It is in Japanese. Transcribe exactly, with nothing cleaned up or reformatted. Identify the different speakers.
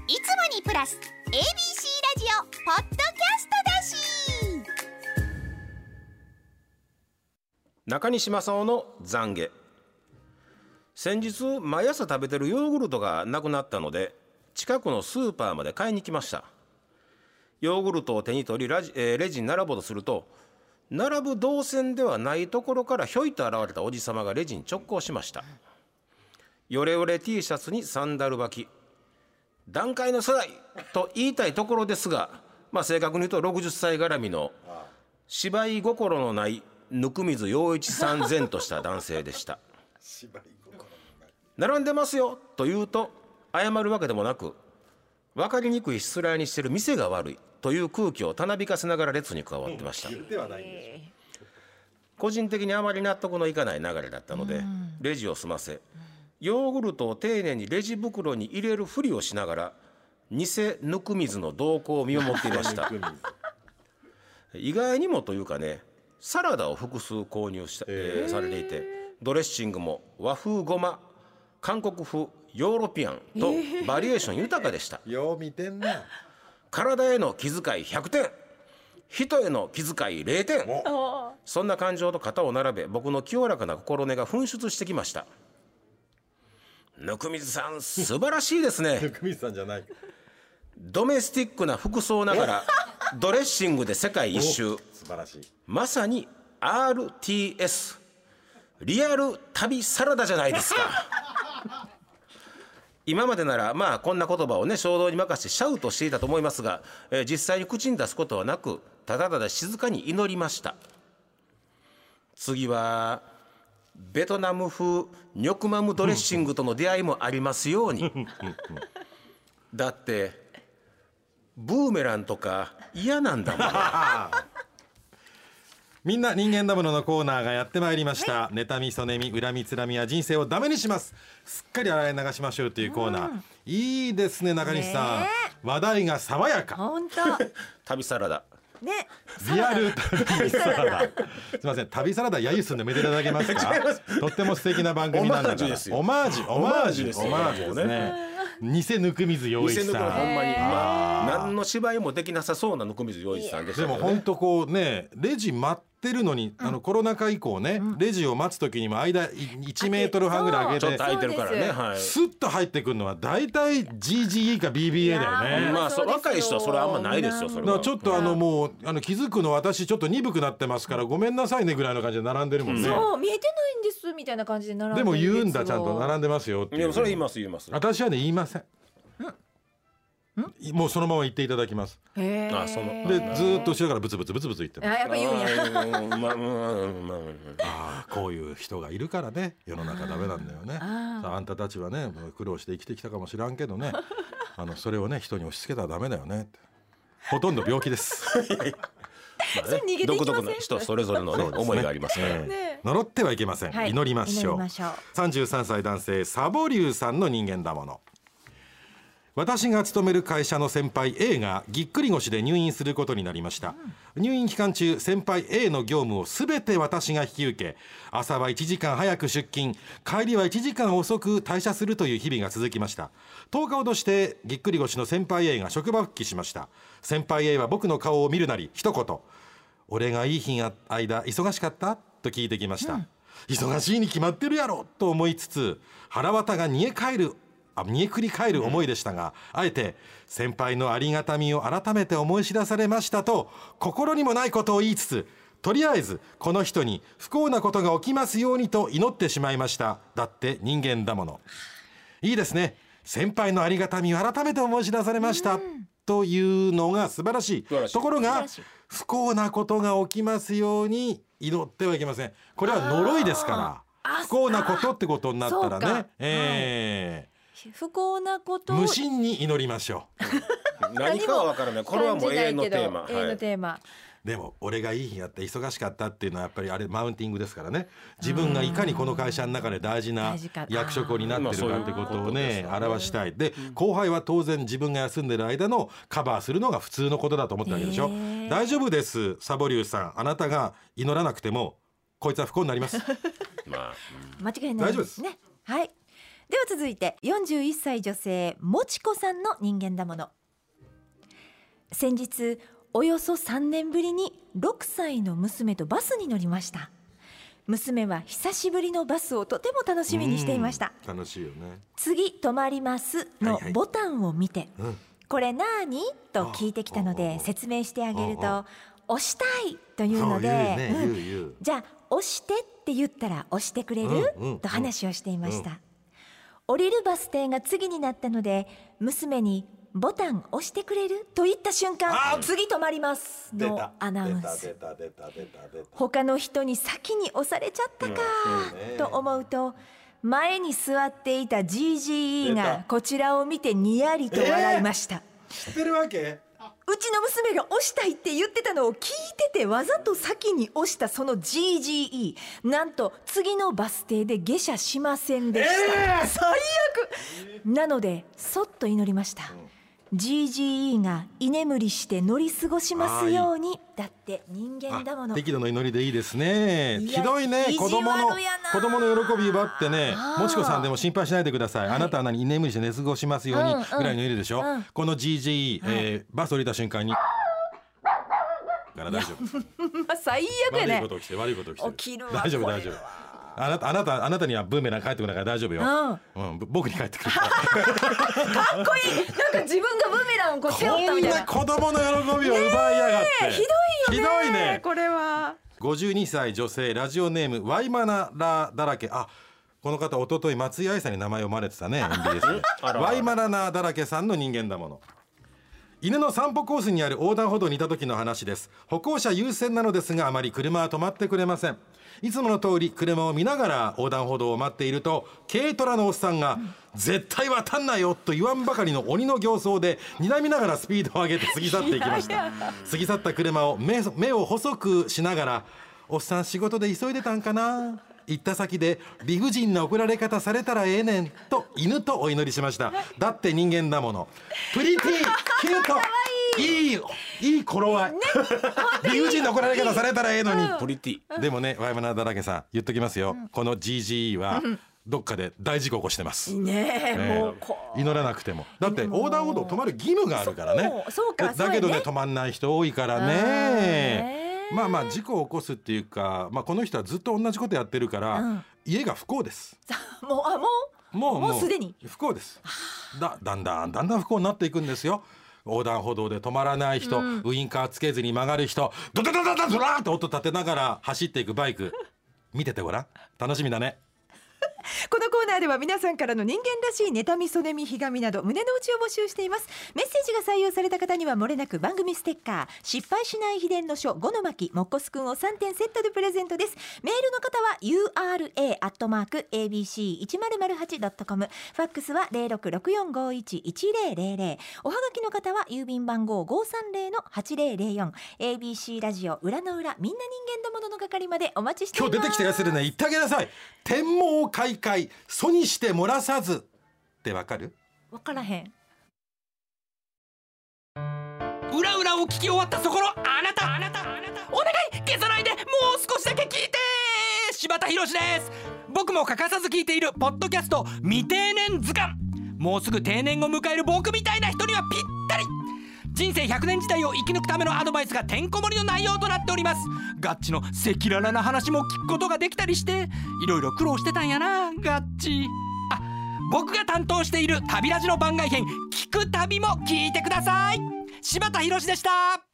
Speaker 1: いつもにプラス エービーシー ラジオポッドキャストだし。
Speaker 2: 中西正夫の懺悔。先日毎朝食べてるヨーグルトがなくなったので近くのスーパーまで買いに来ました。ヨーグルトを手に取りラジ、えー、レジに並ぼうとすると、並ぶ動線ではないところからひょいと現れたおじさまがレジに直行しました。ヨレヨレ T シャツにサンダル履き、団塊の世代と言いたいところですが、まあ、正確に言うとろくじゅっさい絡みの芝居心のない温水洋一さん然とした男性でした。並んでますよと言うと謝るわけでもなく、分かりにくいしつらいにしてる店が悪いという空気をたなびかせながら列に加わってました。個人的にあまり納得のいかない流れだったので、レジを済ませヨーグルトを丁寧にレジ袋に入れるふりをしながら偽ぬく水の動向を見守っていました。意外にもというかね、サラダを複数購入した、えー、されていて、ドレッシングも和風ごま、韓国風、ヨーロピアンとバリエーション豊かでした。
Speaker 3: よう見てんな。
Speaker 2: 体への気遣いひゃくてん、人への気遣いれいてん。そんな感情と肩を並べ、僕の清らかな心根が噴出してきました。温水さん素晴らしいですね。
Speaker 3: 温水さんじゃない。
Speaker 2: ドメスティックな服装ながらドレッシングで世界一周。
Speaker 3: 素晴らしい。ま
Speaker 2: さに アールティーエス リアル旅サラダじゃないですか。今までならまあこんな言葉をね衝動に任せてシャウトしていたと思いますが、えー、実際に口に出すことはなく、ただただ静かに祈りました。次はベトナム風ニョクマムドレッシングとの出会いもありますように。だってブーメランとか嫌なんだもん。
Speaker 3: みんな人間ダムのコーナーがやってまいりました。妬みそねみ恨みつらみは人生をダメにします。すっかり洗い流しましょうというコーナー、うん、いいですね中西さん、話題が爽やか。
Speaker 4: 本当。
Speaker 2: 旅サラダ
Speaker 4: ね、
Speaker 3: リアル旅サラダ。すみません、旅サラダ揶揄すんでめていただけますか。とっても素敵な番組なんだから。オマージュオマージュオマージュですね。偽ぬくみず洋一さん、
Speaker 2: ほんまに、まあ、何の芝居もできなさそうなぬくみず洋一さんでしたけどね。
Speaker 3: でも本当こうね、レジ待ってるのに、うん、あのコロナ禍以降ね、うん、レジを待つ時にも間いちメートルはんぐらい上げて
Speaker 2: ちょっと空いてるからね、はい、
Speaker 3: スッと入ってくるのは大体 ジージーイー か ビービーエー だよね。
Speaker 2: まあそ若い人はそれあんまないですよ。それは
Speaker 3: ちょっとあのもうあの気づくの私ちょっと鈍くなってますからごめんなさいねぐらいの感じで並んでるもんね、うん、
Speaker 4: そう見えてないんですみたいな感じで並んでる。
Speaker 3: でも言うんだ、ちゃんと並んでますよっていう。
Speaker 2: いやそれ言います言います。
Speaker 3: 私はね言いません。もうそのまま言っていただきます。
Speaker 4: へ
Speaker 3: あそのでずっと後ろからブツブツブツブツ言ってます。
Speaker 4: あやっぱ言うんや。
Speaker 3: あこういう人がいるからね世の中ダメなんだよね。あ, あんたたちはね苦労して生きてきたかもしらんけどねあのそれをね人に押し付けたらダメだよねって。ほとんど病気です。
Speaker 2: まあね、独特な人それぞれの、ねね、思いがありますから、
Speaker 3: ね、呪ってはいけません、はい、祈りましょう。さんじゅうさんさい男性サボリューさんの人間だもの。私が勤める会社の先輩 A がぎっくり腰で入院することになりました、うん、入院期間中先輩 A の業務をすべて私が引き受け、朝はいちじかん早く出勤、帰りはいちじかん遅く退社するという日々が続きました。とおかほどしてぎっくり腰の先輩 A が職場復帰しました。先輩 A は僕の顔を見るなり一言、俺がいい日の間忙しかったと聞いてきました、うん、忙しいに決まってるやろと思いつつ腹渡が煮え返るあ煮えくり返る思いでしたが、うん、あえて先輩のありがたみを改めて思い知らされましたと心にもないことを言いつつ、とりあえずこの人に不幸なことが起きますようにと祈ってしまいました。だって人間だもの。いいですね、先輩のありがたみを改めて思い知らされました、うん、というのが素晴らしい。ところが不幸なことが起きますように祈ってはいけません。これは呪いですから、不幸なことってことになったらね、えー
Speaker 4: 不幸なことを
Speaker 3: 無心に祈りましょ
Speaker 2: う。何かは分からない。これはもう永遠のテーマ。
Speaker 4: 永遠のテーマ、はい、
Speaker 3: でも俺がいい日やって忙しかったっていうのはやっぱりあれマウンティングですからね。自分がいかにこの会社の中で大事な役職になってるかってことをね表したい。で後輩は当然自分が休んでる間のカバーするのが普通のことだと思ってるわけでしょ。大丈夫ですサボリューさん、あなたが祈らなくてもこいつは不幸になります。
Speaker 2: まあ、
Speaker 4: 間違いないですね。はい、 では続いてよんじゅういっさい女性もちこさんの人間だもの。先日およそさんねんぶりにろくさいの娘とバスに乗りました。娘は久しぶりのバスをとても楽しみにしていました。
Speaker 3: 楽しいよね。
Speaker 4: 次止まりますのボタンを見て、はいはい、これなーにと聞いてきたので説明してあげると、押したいというので、ねうん、じゃあ押してって言ったら押してくれる、うんうん、と話をしていました、うん、降りるバス停が次になったので娘にボタン押してくれると言った瞬間、次止まりますのアナウンス。他の人に先に押されちゃったか、うん、と思うと前に座っていた ジージーイー がこちらを見てにやりと笑いました、
Speaker 3: えー、知ってるわけ？
Speaker 4: うちの娘が押したいって言ってたのを聞いててわざと先に押したその ジージーイー、 なんと次のバス停で下車しませんでした、えー、最悪なのでそっと祈りました、うんジージーイー が居眠りして乗り過ごしますように。だって人間だもの。
Speaker 3: 適度の祈りでいいですね。ひどいね。子供の子供の喜び奪ってね。もちこさんでも心配しないでください、はい、あなたは何居眠りして寝過ごしますようにぐらいのいるでしょ、うんうん、この ジージーイー、えーはい、バス降りた瞬間にから大丈夫
Speaker 4: 最悪やね。
Speaker 3: 悪いこと起きて悪いこと起きて
Speaker 4: 起きるわ。
Speaker 3: 大丈夫大丈夫。あなたあなたあなたにはブーメラン帰ってくるから大丈夫よ、うんうん、僕に帰ってくるかっ
Speaker 4: こいい。なんか自分がブーメランをこう背負ったみたいな。
Speaker 3: こんな子供の喜びを奪いやがって、
Speaker 4: ひどいよね。ひどいねこれは。
Speaker 3: ごじゅうにさい女性ラジオネームワイマナラだらけ。あ、この方一昨日松井愛さんに名前を読まれてたねエムビーエス でワイマナラだらけさんの人間だもの。犬の散歩コースにある横断歩道にいた時の話です。歩行者優先なのですがあまり車は止まってくれません。いつもの通り車を見ながら横断歩道を待っていると軽トラのおっさんが、うん、絶対渡んなよと言わんばかりの鬼の形相で睨みながらスピードを上げて過ぎ去っていきました。過ぎ去った車を 目, 目を細くしながら、おっさん仕事で急いでたんかな、行った先で理不尽な送られ方されたらええねんと犬とお祈りしました。だって人間だもの。プリティキュートいいいい頃合い、ね、理不尽な怒られ方されたらええのに、うん、プリティでもねワイマナだらけさん言っときますよ、うん、この ジージーイー はどっかで大事故を起こしてます、
Speaker 4: ねえ、もう
Speaker 3: 祈らなくても。だって横断歩道止まる義務があるからね。
Speaker 4: そうそうか、
Speaker 3: だけどね止まんない人多いからね。まあまあ事故を起こすっていうか、まあ、この人はずっと同じことやってるから、うん、家が不幸です。
Speaker 4: もうあもうもうもうすでに
Speaker 3: 不幸です。だだんだんだんだん不幸になっていくんですよ。横断歩道で止まらない人、うん、ウインカーつけずに曲がる人、ドドドドドドラーって音立てながら走っていくバイク見ててごらん。楽しみだね。
Speaker 4: このコーナーでは皆さんからの人間らしい妬み、袖み、ひがみなど胸の内を募集しています。メッセージが採用された方にはもれなく番組ステッカー、失敗しない秘伝の書ごの巻もっこすくんをさんてんセットでプレゼントです。メールの方は ユーアールエー アットマーク エービーシーいちまるまるはち ドットコム、 ファックスは ゼロろくろくよんごいちいちゼロゼロゼロ、おはがきの方は郵便番号 ごーさんゼロのはちゼロゼロよん、 エービーシー ラジオ裏の裏みんな人間だものの係までお待ちしています。
Speaker 3: 今日出てきたやつでね言ってあげなさい。天網開会疎にして漏らさずってわかる？
Speaker 4: わからへん。
Speaker 5: 裏裏を聞き終わったそこのあなた、あなた、あなたお願い消さないで、もう少しだけ聞いて。柴田博です。僕も欠かさず聞いているポッドキャスト未定年図鑑。もうすぐ定年を迎える僕みたいな人にはぴったり。人生ひゃくねん時代を生き抜くためのアドバイスがてんこ盛りの内容となっております。ガッチの赤裸々な話も聞くことができたりして、いろいろ苦労してたんやなガッチ。あ、僕が担当している旅ラジの番外編聞く旅も聞いてください。柴田博でした。